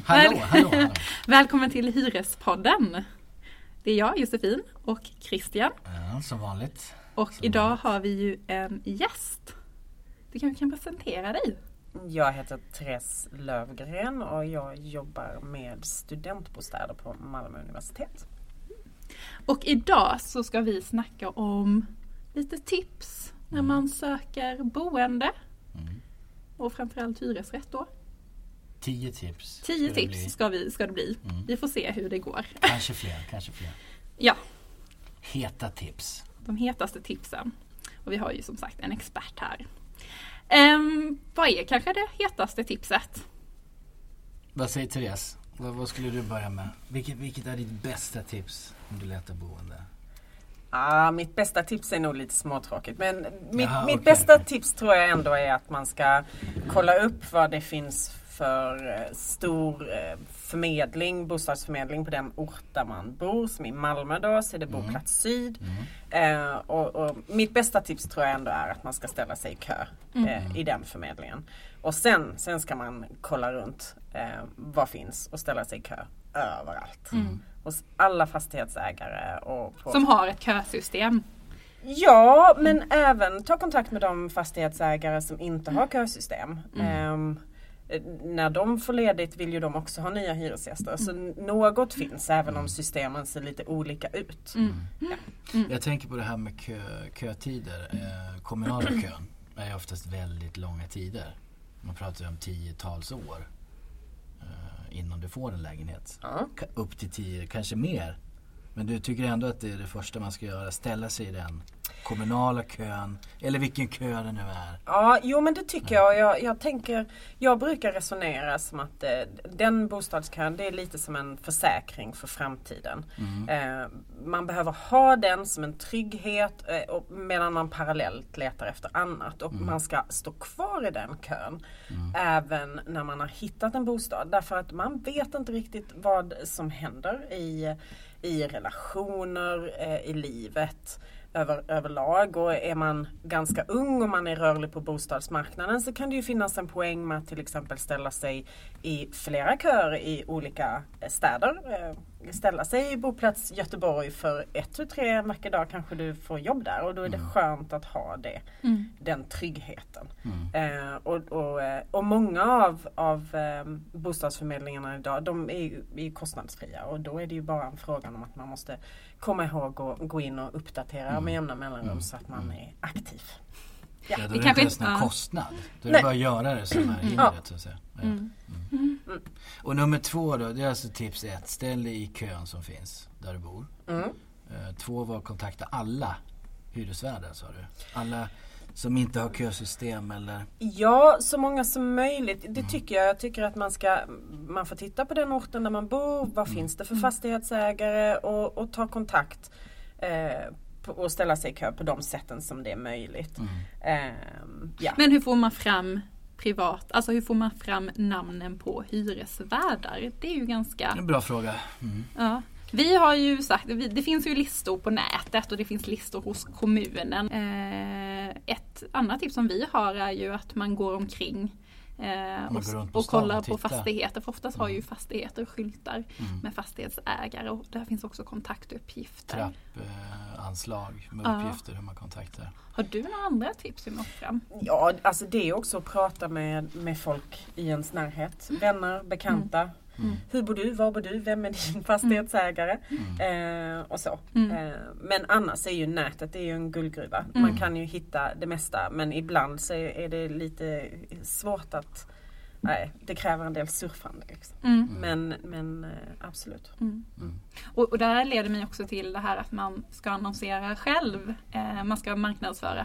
Hallå. Välkommen till Hyrespodden. Det är jag, Josefin, och Christian. Ja, som vanligt. Och idag har vi ju en gäst. Du kanske kan presentera dig. Jag heter Therese Lövgren och jag jobbar med studentbostäder på Malmö universitet. Och idag så ska vi snacka om lite tips när man söker boende. Och framförallt hyresrätt då. 10 tips. 10 tips ska det bli. Vi får se hur det går. Kanske fler. Ja. Heta tips. De hetaste tipsen. Och vi har ju som sagt en expert här. Vad är kanske det hetaste tipset? Vad säger Therese? Vad skulle du börja med? Vilket är ditt bästa tips om du letar boende? Mitt bästa tips är nog lite småtråkigt. Men mitt bästa tips tror jag ändå är att man ska kolla upp vad det finns för stor bostadsförmedling på den ort där man bor. Som i Malmö då, så är det Boplats Syd. Och mitt bästa tips tror jag ändå är att man ska ställa sig i kö i den förmedlingen. Och sen ska man kolla runt vad finns och ställa sig i kö överallt. Hos alla fastighetsägare. Som har ett kösystem. Ja, men även ta kontakt med de fastighetsägare som inte har kösystem. När de får ledigt vill ju de också ha nya hyresgäster. Så något finns även om systemen ser lite olika ut. Jag tänker på det här med kötider. Kommunala kön är oftast väldigt långa tider. Man pratar om 10-tals år innan du får en lägenhet. Upp till 10, kanske mer. Men du tycker ändå att det är det första man ska göra, ställa sig i den kommunala kön, eller vilken kö det nu är. Ja, jo men det tycker jag. Jag brukar resonera som att den bostadskön, det är lite som en försäkring för framtiden. Man behöver ha den som en trygghet medan man parallellt letar efter annat. Och man ska stå kvar i den kön även när man har hittat en bostad. Därför att man vet inte riktigt vad som händer i relationer, i livet överlag. Och är man ganska ung och man är rörlig på bostadsmarknaden så kan det ju finnas en poäng med att till exempel ställa sig i flera köer i olika städer. Ställa sig i Boplats Göteborg för 1-3 vacker dag kanske du får jobb där och då är det skönt att ha det, den tryggheten. Och många av bostadsförmedlingarna idag, de är kostnadsfria och då är det ju bara en fråga om att man måste komma ihåg och gå in och uppdatera med jämna mellanrum så att man är aktiv. Ja, då är det inte ens en kostnad. Då är det bara att göra det som är hindret så att säga. Och nummer 2 då, det är alltså tips 1. Ställ dig i kön som finns där du bor. 2 var att kontakta alla hyresvärdar, sa du. Alla som inte har kösystem eller... Ja, så många som möjligt. Det tycker jag. Jag tycker att man får titta på den orten där man bor. Vad finns det för fastighetsägare och ta kontakt och ställa sig i kö på de sätten som det är möjligt. Men hur får man fram hur får man fram namnen på hyresvärdar? Det är ju ganska... En bra fråga. Ja. Vi har ju sagt, det finns ju listor på nätet och det finns listor hos kommunen. Ett annat tips som vi har är ju att man går omkring och kollar på fastigheter. För oftast har ju fastigheter skyltar med fastighetsägare och där finns också kontaktuppgifter. Trappanslag med uppgifter hur man kontaktar. Har du några andra tips hur man får fram? Ja, alltså det är också att prata med folk i ens närhet. Vänner, bekanta. Hur bor du? Var bor du? Vem är din fastighetsägare? Och så. Men annars är ju nätet är ju en guldgruva. Man kan ju hitta det mesta. Men ibland så är det lite svårt att... Nej, det kräver en del surfande. Liksom. Men absolut. Och där leder mig också till det här att man ska annonsera själv. Man ska marknadsföra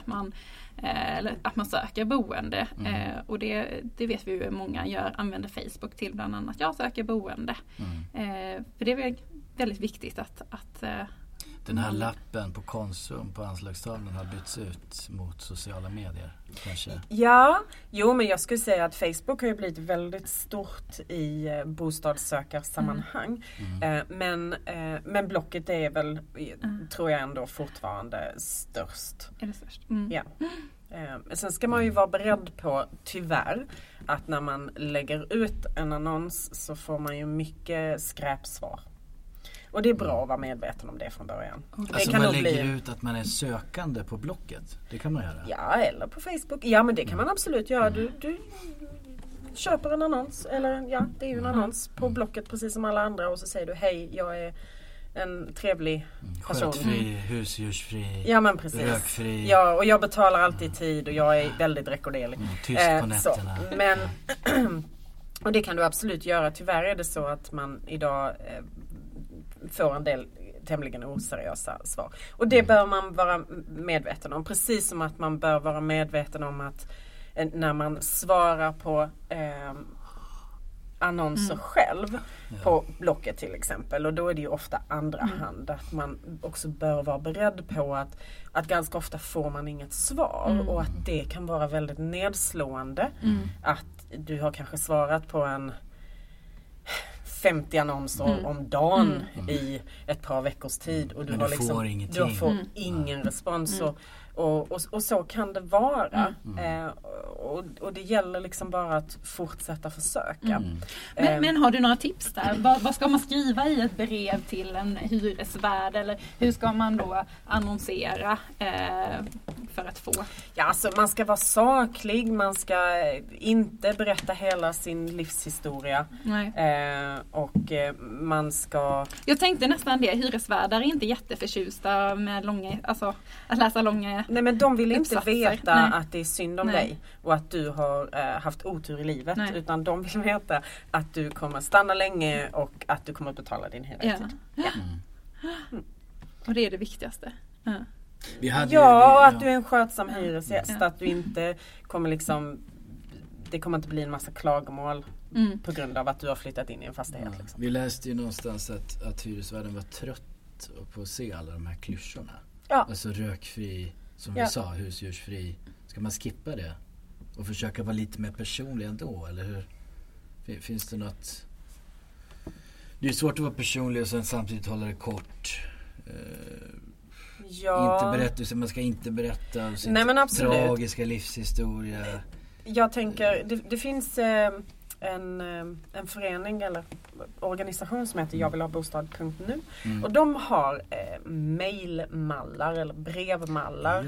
att man söker boende. Och det vet vi ju många använder Facebook till bland annat. Jag söker boende. För det är väl väldigt viktigt att den här lappen på Konsum på anslagstavlan har bytts ut mot sociala medier kanske? Ja, men jag skulle säga att Facebook har ju blivit väldigt stort i bostadssökarsammanhang. Men Blocket är väl, tror jag ändå fortfarande störst. Är det störst? Ja. Sen ska man ju vara beredd på, tyvärr, att när man lägger ut en annons så får man ju mycket skräpsvar. Och det är bra att vara medveten om det från början. Alltså det kan man lägger ut att man är sökande på Blocket. Det kan man göra. Ja, eller på Facebook. Ja, men det kan man absolut göra. Du köper en annons, eller ja, det är ju en annons på Blocket precis som alla andra, och så säger du hej, jag är en trevlig person. Skötfri, husdjursfri, ja, men precis. rökfri. Ja, och jag betalar alltid tid och jag är väldigt rekorderlig. Tyst på nätterna. Men och det kan du absolut göra. Tyvärr är det så att man idag får en del tämligen oseriösa svar. Och det bör man vara medveten om. Precis som att man bör vara medveten om att när man svarar på annonser själv på Blocket till exempel, och då är det ju ofta andra hand, att man också bör vara beredd på att ganska ofta får man inget svar och att det kan vara väldigt nedslående att du har kanske svarat på en 50 annonser om dagen i ett par veckors tid och du har liksom, du får ingen respons och så kan det vara. Och det gäller liksom bara att fortsätta försöka. Men har du några tips där? Vad ska man skriva i ett brev till en hyresvärd, eller hur ska man då annonsera för att få? Ja, alltså man ska vara saklig, man ska inte berätta hela sin livshistoria. Och man ska... Jag tänkte nästan det, hyresvärdar är inte jätteförtjusta med långa, alltså att läsa långa. Nej, men de vill inte uppsatser. veta att det är synd om dig och att du har haft otur i livet, utan de vill veta att du kommer stanna länge och att du kommer att betala din hyra i tid. Och det är det viktigaste. Att du är en skötsam hyresgäst, att du inte kommer liksom, det kommer inte bli en massa klagomål på grund av att du har flyttat in i en fastighet. Liksom. Vi läste ju någonstans att hyresvärden var trött på att se alla de här klyschorna. Alltså rökfri, som vi sa, husdjursfri. Ska man skippa det och försöka vara lite mer personlig ändå, eller hur? Finns det något? Det är svårt att vara personlig och sen samtidigt hålla det kort. Inte berätta, man ska inte berätta sin tragiska livshistoria. Jag tänker, det finns en förening eller organisation som heter jagvillhabostad.nu och de har mailmallar eller brevmallar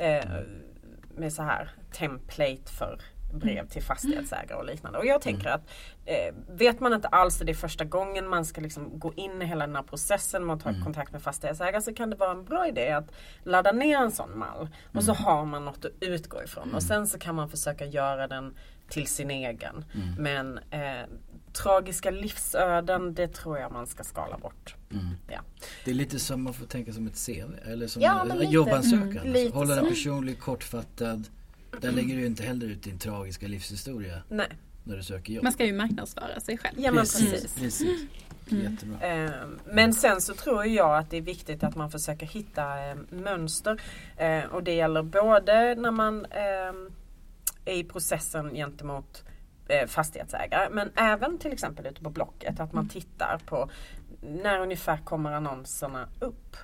med så här template för brev till fastighetsägare och liknande. Och jag tänker att vet man inte alls det är första gången man ska liksom gå in i hela den här processen med att ta kontakt med fastighetsägare, så kan det vara en bra idé att ladda ner en sån mall och så har man något att utgå ifrån och sen så kan man försöka göra den till sin egen. Men tragiska livsöden, det tror jag man ska skala bort. Det är lite som man får tänka som ett CV eller som en jobbansökan. Hålla den personlig, kortfattad. Där lägger du inte heller ut din tragiska livshistoria. Nej. När du söker jobb. Man ska ju marknadsföra sig själv. Ja, men precis. Jättebra. Men sen så tror jag att det är viktigt att man försöker hitta mönster. Och det gäller både när man är i processen gentemot fastighetsägare, men även till exempel ute på Blocket, att man tittar på när ungefär kommer annonserna upp.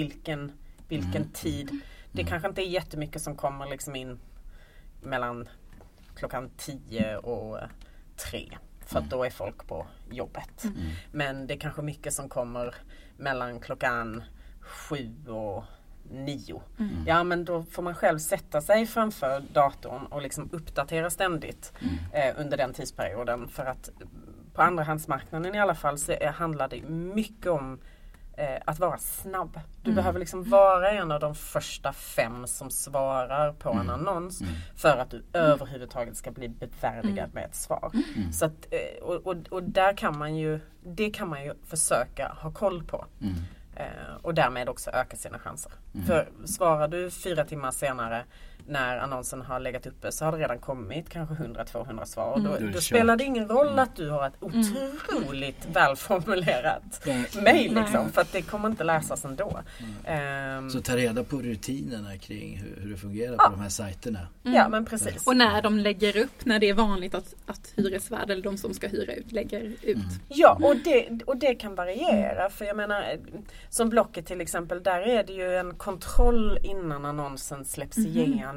Vilken tid. Det kanske inte är jättemycket som kommer liksom in mellan klockan 10 och 3. För att då är folk på jobbet. Men det är kanske mycket som kommer mellan klockan 7 och 9. Ja, men då får man själv sätta sig framför datorn och liksom uppdatera ständigt under den tidsperioden. För att på andrahandsmarknaden i alla fall så handlar det mycket om att vara snabb. Du behöver liksom vara en av de första 5 som svarar på en annons för att du överhuvudtaget ska bli bevärdigad med ett svar. Så att, och där kan man ju, det kan man ju försöka ha koll på. Och därmed också öka sina chanser. För svarar du 4 timmar senare när annonsen har legat uppe, så har det redan kommit kanske 100-200 svar. Då spelar det ingen roll att du har ett otroligt välformulerat mejl liksom, för att det kommer inte läsas ändå. Så ta reda på rutinerna kring hur det fungerar på de här sajterna. Ja, men precis. Och när de lägger upp, när det är vanligt att hyresvärd eller de som ska hyra ut lägger ut. Ja, och det kan variera. För jag menar, som Blocket till exempel, där är det ju en kontroll innan annonsen släpps igenom.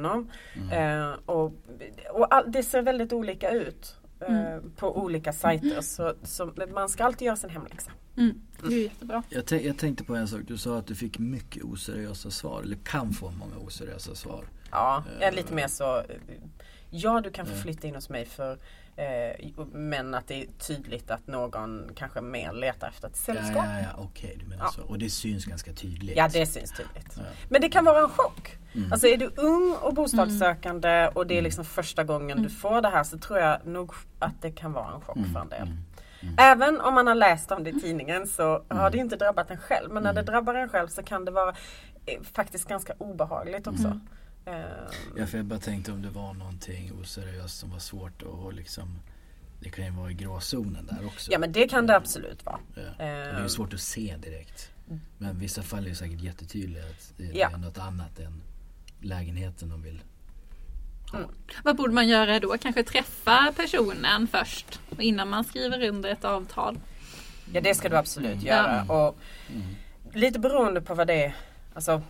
igenom. Och det ser väldigt olika ut på olika sajter. Så man ska alltid göra sin hemläxa. Det är jättebra. Jag tänkte på en sak. Du sa att du fick mycket oseriösa svar. Eller kan få många oseriösa svar. Ja, jag är lite mer så. Ja, du kan få flytta in hos mig men att det är tydligt att någon kanske mer letar efter ett sällskap. Ja, okej, du menar så. Och det syns ganska tydligt. Ja, det syns tydligt. Ja. Men det kan vara en chock. Alltså är du ung och bostadssökande och det är liksom första gången du får det här, så tror jag nog att det kan vara en chock för en del. Även om man har läst om det i tidningen så har det inte drabbat en själv. Men när det drabbar en själv så kan det vara faktiskt ganska obehagligt också. Ja, för jag bara tänkte om det var någonting oseriöst som var svårt och liksom, det kan ju vara i gråzonen där också. Ja, men det kan det absolut vara. Ja. Det är svårt att se direkt. Men vissa fall är ju säkert jättetydligt att det är något annat än lägenheten de vill ha. Vad borde man göra då? Kanske träffa personen först innan man skriver under ett avtal? Ja, det ska du absolut göra. Och lite beroende på vad det är. Alltså,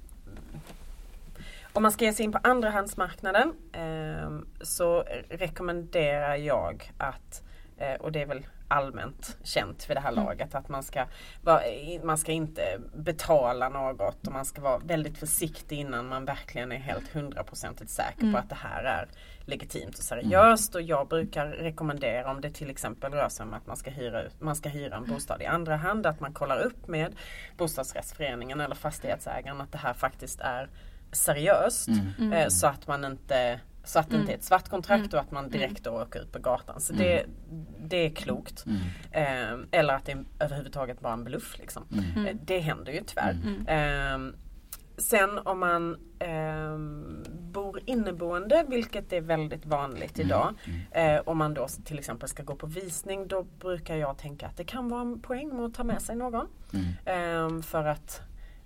om man ska ge sig in på andrahandsmarknaden så rekommenderar jag att, och det är väl allmänt känt vid det här laget, att man ska inte betala något och man ska vara väldigt försiktig innan man verkligen är helt 100% säker på att det här är legitimt och seriöst. Och jag brukar rekommendera, om det till exempel rör sig om att man ska hyra en bostad i andra hand, att man kollar upp med bostadsrättsföreningen eller fastighetsägaren att det här faktiskt är seriöst, så att det inte är ett svart kontrakt och att man direkt då åker ut på gatan. Så det är klokt. Eller att det är överhuvudtaget bara en bluff liksom. Det händer ju tyvärr. Sen om man bor inneboende, vilket är väldigt vanligt idag, om man då till exempel ska gå på visning, då brukar jag tänka att det kan vara en poäng med att ta med sig någon. För att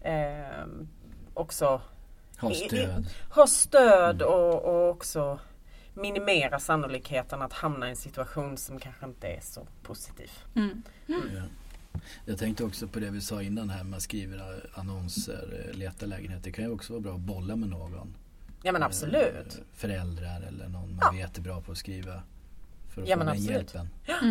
också ha stöd och också minimera sannolikheten att hamna i en situation som kanske inte är så positiv. Ja. Jag tänkte också på det vi sa innan här, man skriver annonser, letar lägenheter. Det kan ju också vara bra att bolla med någon. Ja, men absolut. Föräldrar eller någon man vet är bra på att skriva för att få den hjälpen.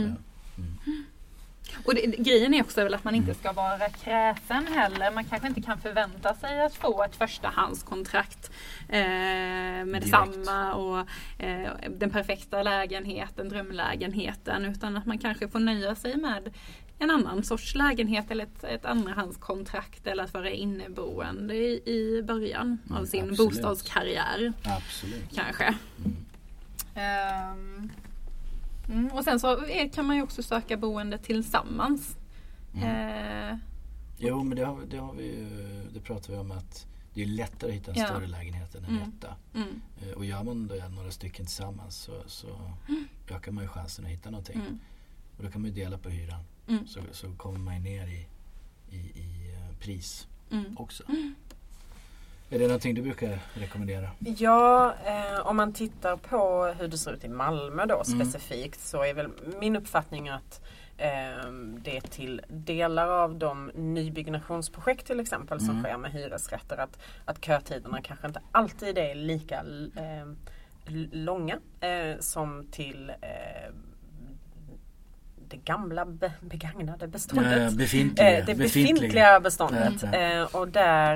Och grejen är också väl att man inte ska vara kräsen heller. Man kanske inte kan förvänta sig att få ett förstahandskontrakt med detsamma och den perfekta lägenheten, drömlägenheten, utan att man kanske får nöja sig med en annan sorts lägenhet eller ett andrahandskontrakt, eller att vara inneboende i början av sin bostadskarriär. Absolut. Kanske. Och sen så kan man ju också söka boende tillsammans. Jo, men det pratar vi om, att det är lättare att hitta en större lägenhet än en etta. Och gör man då några stycken tillsammans så ökar man ju chansen att hitta någonting. Och då kan man ju dela på hyran. Så kommer man ner i pris också. Är det någonting du brukar rekommendera? Ja, om man tittar på hur det ser ut i Malmö då specifikt, så är väl min uppfattning att det till delar av de nybyggnationsprojekt till exempel som sker med hyresrätter, att kötiderna kanske inte alltid är lika långa som till det gamla begagnade beståndet. Det befintliga beståndet. Och där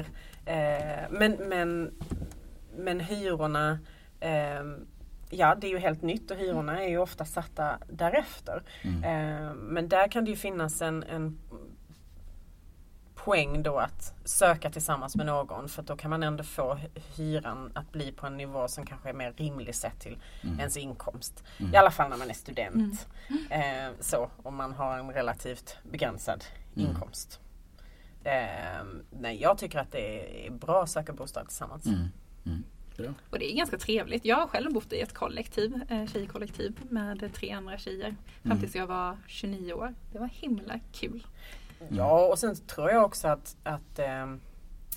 men hyrorna, ja, det är ju helt nytt och hyrorna är ju ofta satta därefter. Men där kan det ju finnas en poäng då att söka tillsammans med någon, för då kan man ändå få hyran att bli på en nivå som kanske är mer rimlig sett till ens inkomst. I alla fall när man är student. Så om man har en relativt begränsad inkomst. Nej, jag tycker att det är bra att söka bostad tillsammans. Bra. Och det är ganska trevligt. Jag har själv bott i ett kollektiv, tjejkollektiv med 3 andra tjejer fram tills jag var 29 år. Det var himla kul. Ja, och sen tror jag också att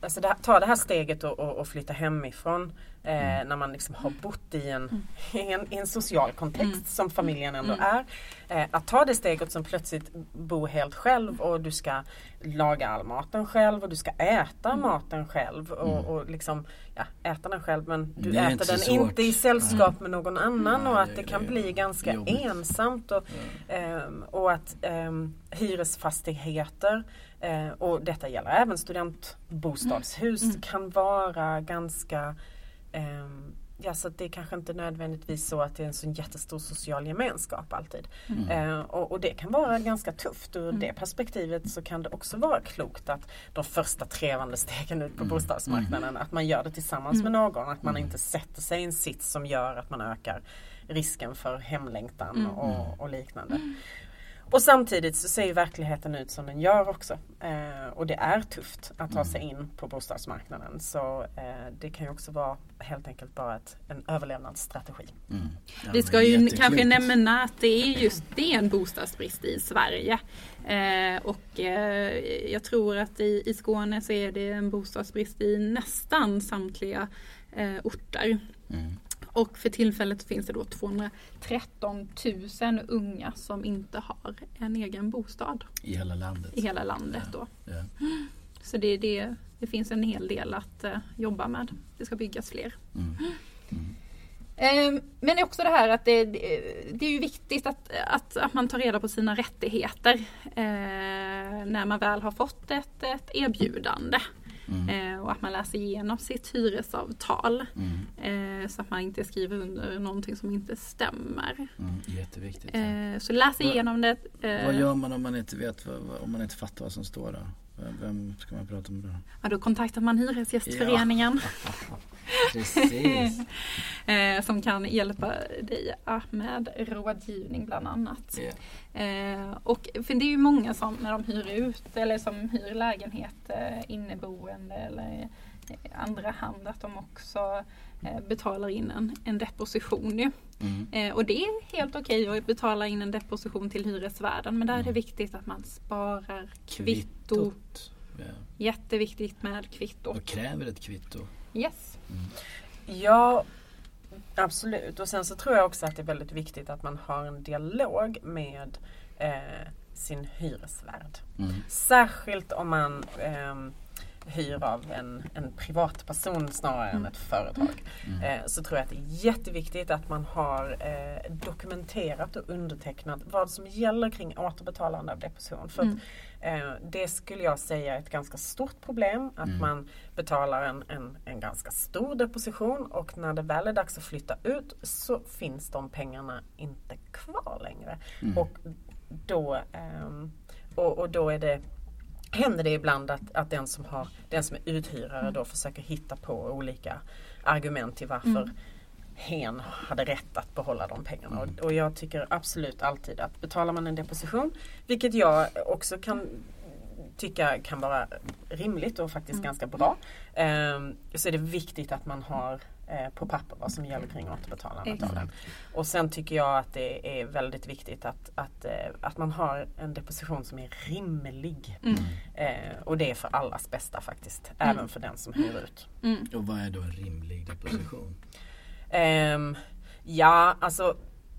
alltså ta det här steget och flytta hemifrån när man liksom har bott i en social kontext som familjen ändå är. Att ta det steget som plötsligt bo helt själv och du ska laga all maten själv och du ska äta maten själv och liksom äta den själv, men du äter den inte i sällskap med någon annan och att det kan bli ganska ensamt och att hyresfastigheter och detta gäller även studentbostadshus kan vara ganska så att det är kanske inte nödvändigtvis så att det är en sån jättestor social gemenskap alltid. Och det kan vara ganska tufft. Ur det perspektivet så kan det också vara klokt att de första trevande stegen ut på bostadsmarknaden, att man gör det tillsammans med någon. Att man inte sätter sig i en sits som gör att man ökar risken för hemlängtan och liknande. Och samtidigt så ser verkligheten ut som den gör också. Och det är tufft att ta sig in på bostadsmarknaden. Så det kan ju också vara helt enkelt bara en överlevnadsstrategi. Ja, vi ska ju kanske nämna att det är en bostadsbrist i Sverige. Och jag tror att i Skåne så är det en bostadsbrist i nästan samtliga orter. Och för tillfället finns det då 213 000 unga som inte har en egen bostad. I hela landet? Då. Ja. Så det finns en hel del att jobba med. Det ska byggas fler. Men också det här att det är ju viktigt att man tar reda på sina rättigheter när man väl har fått ett erbjudande. Och att man läser igenom sitt hyresavtal så att man inte skriver under någonting som inte stämmer. Jätteviktigt. Så läs igenom det. Vad gör man om man inte vet, om man inte fattar vad som står där? Vem ska man prata med då? Ja, då kontaktar man Hyresgästföreningen. Precis. Som kan hjälpa dig med rådgivning bland annat. Och för det är ju många som när de hyr ut eller som hyr lägenhet inneboende eller andra hand att de också betalar in en deposition ju. Och det är helt okej att betala in en deposition till hyresvärden, men där är det viktigt att man sparar kvittot. Jätteviktigt med kvitto. Och kräver ett kvitto. Yes. Ja, absolut. Och sen så tror jag också att det är väldigt viktigt att man har en dialog med sin hyresvärd. Särskilt om man hyr av en privatperson snarare än ett företag. Så tror jag att det är jätteviktigt att man har dokumenterat och undertecknat vad som gäller kring återbetalande av deposition. För det skulle jag säga är ett ganska stort problem att man betalar en ganska stor deposition och när det väl är dags att flytta ut så finns de pengarna inte kvar längre. Och då är det händer det ibland att den som är uthyrare då försöker hitta på olika argument till varför hen hade rätt att behålla de pengarna. Och jag tycker absolut alltid att betalar man en deposition, vilket jag också kan tycka kan vara rimligt och faktiskt ganska bra, så är det viktigt att man har på papper vad som gäller kring återbetalandet av den. Och sen tycker jag att det är väldigt viktigt att man har en deposition som är rimlig. Och det är för allas bästa faktiskt, även för den som hyr ut. Och vad är då en rimlig deposition? Ja, alltså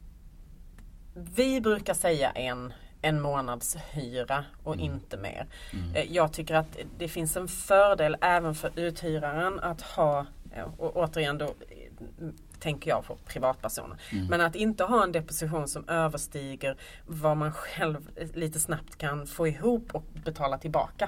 vi brukar säga en månads hyra och inte mer. Jag tycker att det finns en fördel även för uthyraren att ha, och återigen då tänker jag på privatpersoner, men att inte ha en deposition som överstiger vad man själv lite snabbt kan få ihop och betala tillbaka.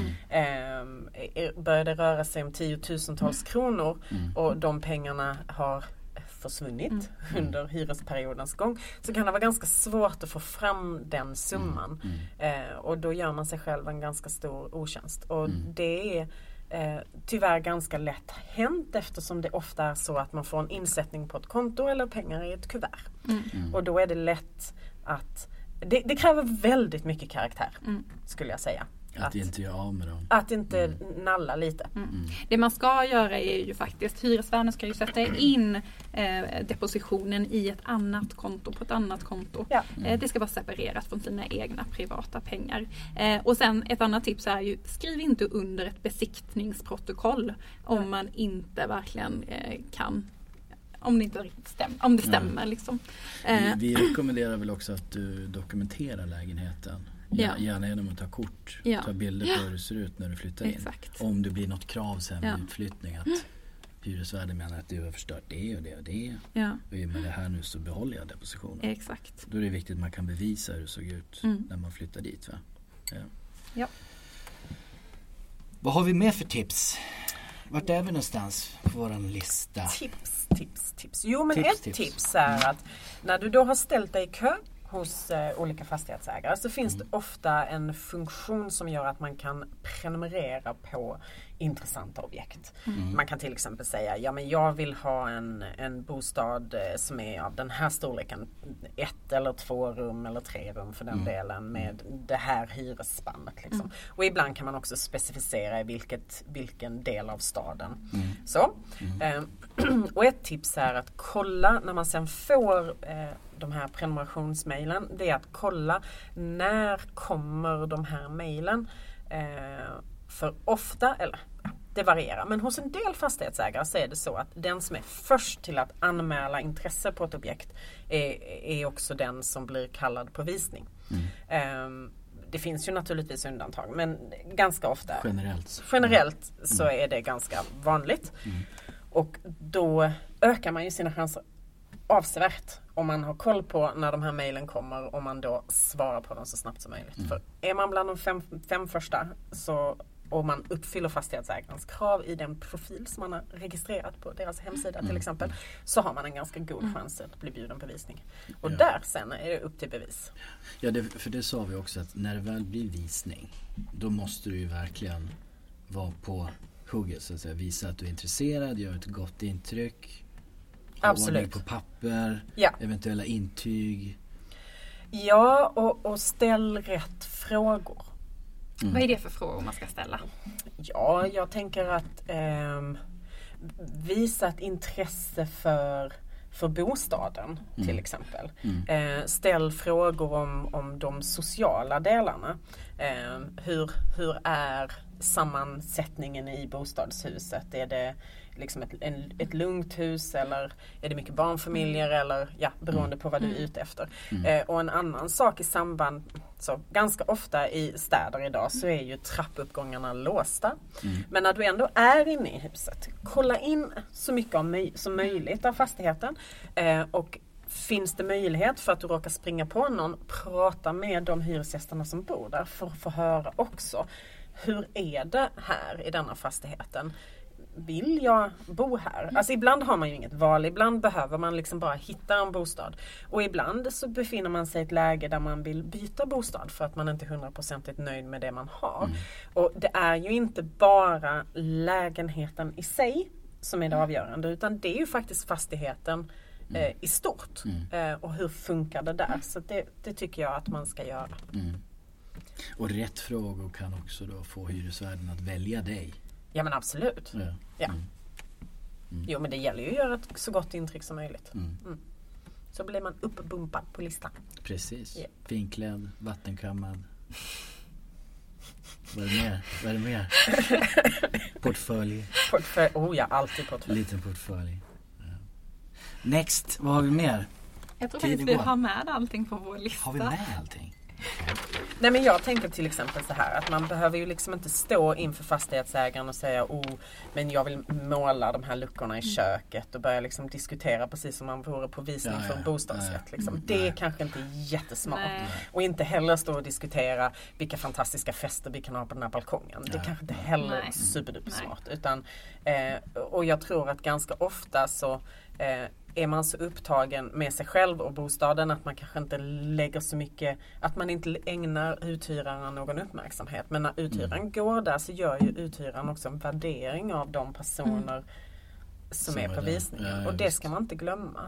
Börjar det röra sig om 10-tusentals kronor och de pengarna har försvunnit under hyresperiodens gång, så kan det vara ganska svårt att få fram den summan. Och då gör man sig själv en ganska stor otjänst. Och det är tyvärr ganska lätt hänt eftersom det ofta är så att man får en insättning på ett konto eller pengar i ett kuvert. Och då är det lätt att det kräver väldigt mycket karaktär skulle jag säga. Att inte göra av med dem. Att inte nalla lite. Det man ska göra är ju faktiskt, hyresvärden ska ju sätta in depositionen i ett annat konto, på ett annat konto. Ja. Det ska vara separerat från sina egna privata pengar. Och sen ett annat tips är ju, skriv inte under ett besiktningsprotokoll om man inte verkligen kan, om det inte stämmer liksom. Vi rekommenderar väl också att du dokumenterar lägenheten. Gärna genom att ta kort, ta bilder på hur det ser ut när du flyttar in. Exakt. Om det blir något krav sen vid utflyttning att hyresvärden menar att du har förstört det och det och det. Och i och med det här nu så behåller jag depositionen. Exakt. Då är det viktigt att man kan bevisa hur det såg ut när man flyttar dit. Va? Ja. Vad har vi mer för tips? Vart är vi någonstans på våran lista? Tips. Jo, men ett tips är att när du då har ställt dig i kö hos olika fastighetsägare så finns det ofta en funktion som gör att man kan prenumerera på intressanta objekt. Man kan till exempel säga, ja men jag vill ha en bostad som är av den här storleken, 1 eller 2 rum eller 3 rum för den delen med det här hyresspannet liksom. Och ibland kan man också specificera i vilken del av staden. Och ett tips är att kolla när man sen får de här prenumerationsmejlen, det är att kolla när kommer de här mejlen. För ofta, eller det varierar, men hos en del fastighetsägare så är det så att den som är först till att anmäla intresse på ett objekt är också den som blir kallad på visning. Det finns ju naturligtvis undantag, men ganska ofta generellt så är det ganska vanligt. Och då ökar man ju sina chanser avsevärt om man har koll på när de här mejlen kommer och man då svarar på dem så snabbt som möjligt. För är man bland de 5 första och man uppfyller fastighetsägarens krav i den profil som man har registrerat på deras hemsida till exempel, så har man en ganska god chans att bli bjuden på visning. Och där sen är det upp till bevis. Ja, för det sa vi också att när det väl blir visning, då måste du ju verkligen vara på hugget så att säga. Visa att du är intresserad, gör ett gott intryck. Absolut. På papper, eventuella intyg. Ja, och ställ rätt frågor. Vad är det för frågor man ska ställa? Ja, jag tänker att visa ett intresse för bostaden till exempel. Ställ frågor om de sociala delarna. Hur är sammansättningen i bostadshuset? Är det liksom ett lugnt hus eller är det mycket barnfamiljer eller beroende på vad du är ute efter. Och en annan sak i samband, så ganska ofta i städer idag så är ju trappuppgångarna låsta. Men när du ändå är inne i huset, kolla in så mycket som möjligt av fastigheten och finns det möjlighet för att du råkar springa på någon, prata med de hyresgästerna som bor där för att få höra också. Hur är det här i denna fastigheten? Vill jag bo här? Alltså ibland har man ju inget val. Ibland behöver man liksom bara hitta en bostad. Och ibland så befinner man sig i ett läge där man vill byta bostad för att man inte är 100% nöjd med det man har. Och det är ju inte bara lägenheten i sig som är det avgörande, utan det är ju faktiskt fastigheten i stort. Och hur funkar det där? Så det tycker jag att man ska göra. Och rätt frågor kan också då få hyresvärden att välja dig. Ja, men absolut. Jo, men det gäller ju att göra ett så gott intryck som möjligt. Så blir man uppbumpad på listan. Precis. Finklädd, vattenkammad. Vad är det mer? Portfölj. Alltid portfölj. Liten portfölj. Next, vad har vi mer? Jag tror faktiskt vi har med allting på vår lista. Har vi med allting? Nej, men jag tänker till exempel så här att man behöver ju liksom inte stå inför fastighetsägaren och säga men jag vill måla de här luckorna i köket och börja liksom diskutera precis som man vore på visning för en bostadsrätt. Liksom. Det är kanske inte jättesmart. Och inte heller stå och diskutera vilka fantastiska fester vi kan ha på den här balkongen. Det är kanske inte heller superdupersmart. Utan, och jag tror att ganska ofta så är man så upptagen med sig själv och bostaden att man kanske inte lägger så mycket, att man inte ägnar uthyraren någon uppmärksamhet. Men när uthyraren går där så gör ju uthyraren också en värdering av de personer som är på visningen. Och det ska man inte glömma.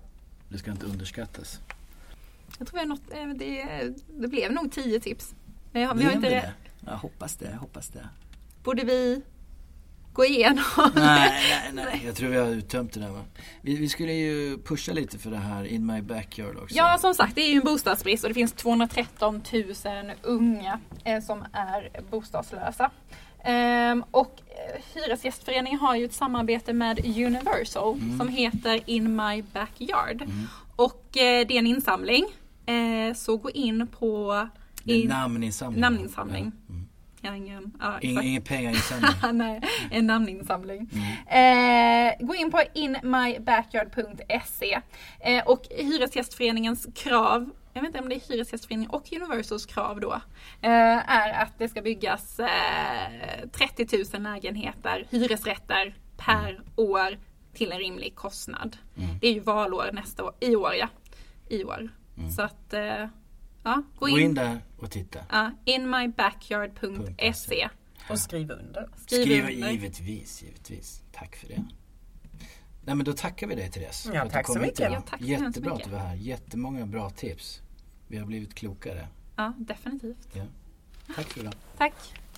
Det ska inte underskattas. Jag tror det blev nog 10 tips. Vi har inte det. Jag hoppas det. Borde vi gå igenom? Nej. Jag tror vi har uttömt det där, va? Vi skulle ju pusha lite för det här In My Backyard också. Ja, som sagt, det är ju en bostadsbrist och det finns 213 000 unga som är bostadslösa. Och Hyresgästföreningen har ju ett samarbete med Universal som heter In My Backyard. Och det är en insamling. Så gå in på namninsamling. Ingen pengainsamling. Nej, en namninsamling. Gå in på inmybackyard.se och Hyresgästföreningens krav, jag vet inte om det är Hyresgästföreningen och Universals krav då, är att det ska byggas 30 000 lägenheter, hyresrätter per år till en rimlig kostnad. Det är ju valår i år. Så att gå in där och titta. Inmybackyard.se och skriv under. Givetvis. Tack för det. Nej, men då tackar vi dig, Therese. Ja, tack så mycket. Jättebra att du var här. Jättemånga bra tips. Vi har blivit klokare. Ja, definitivt. Ja. Tack för det. Tack.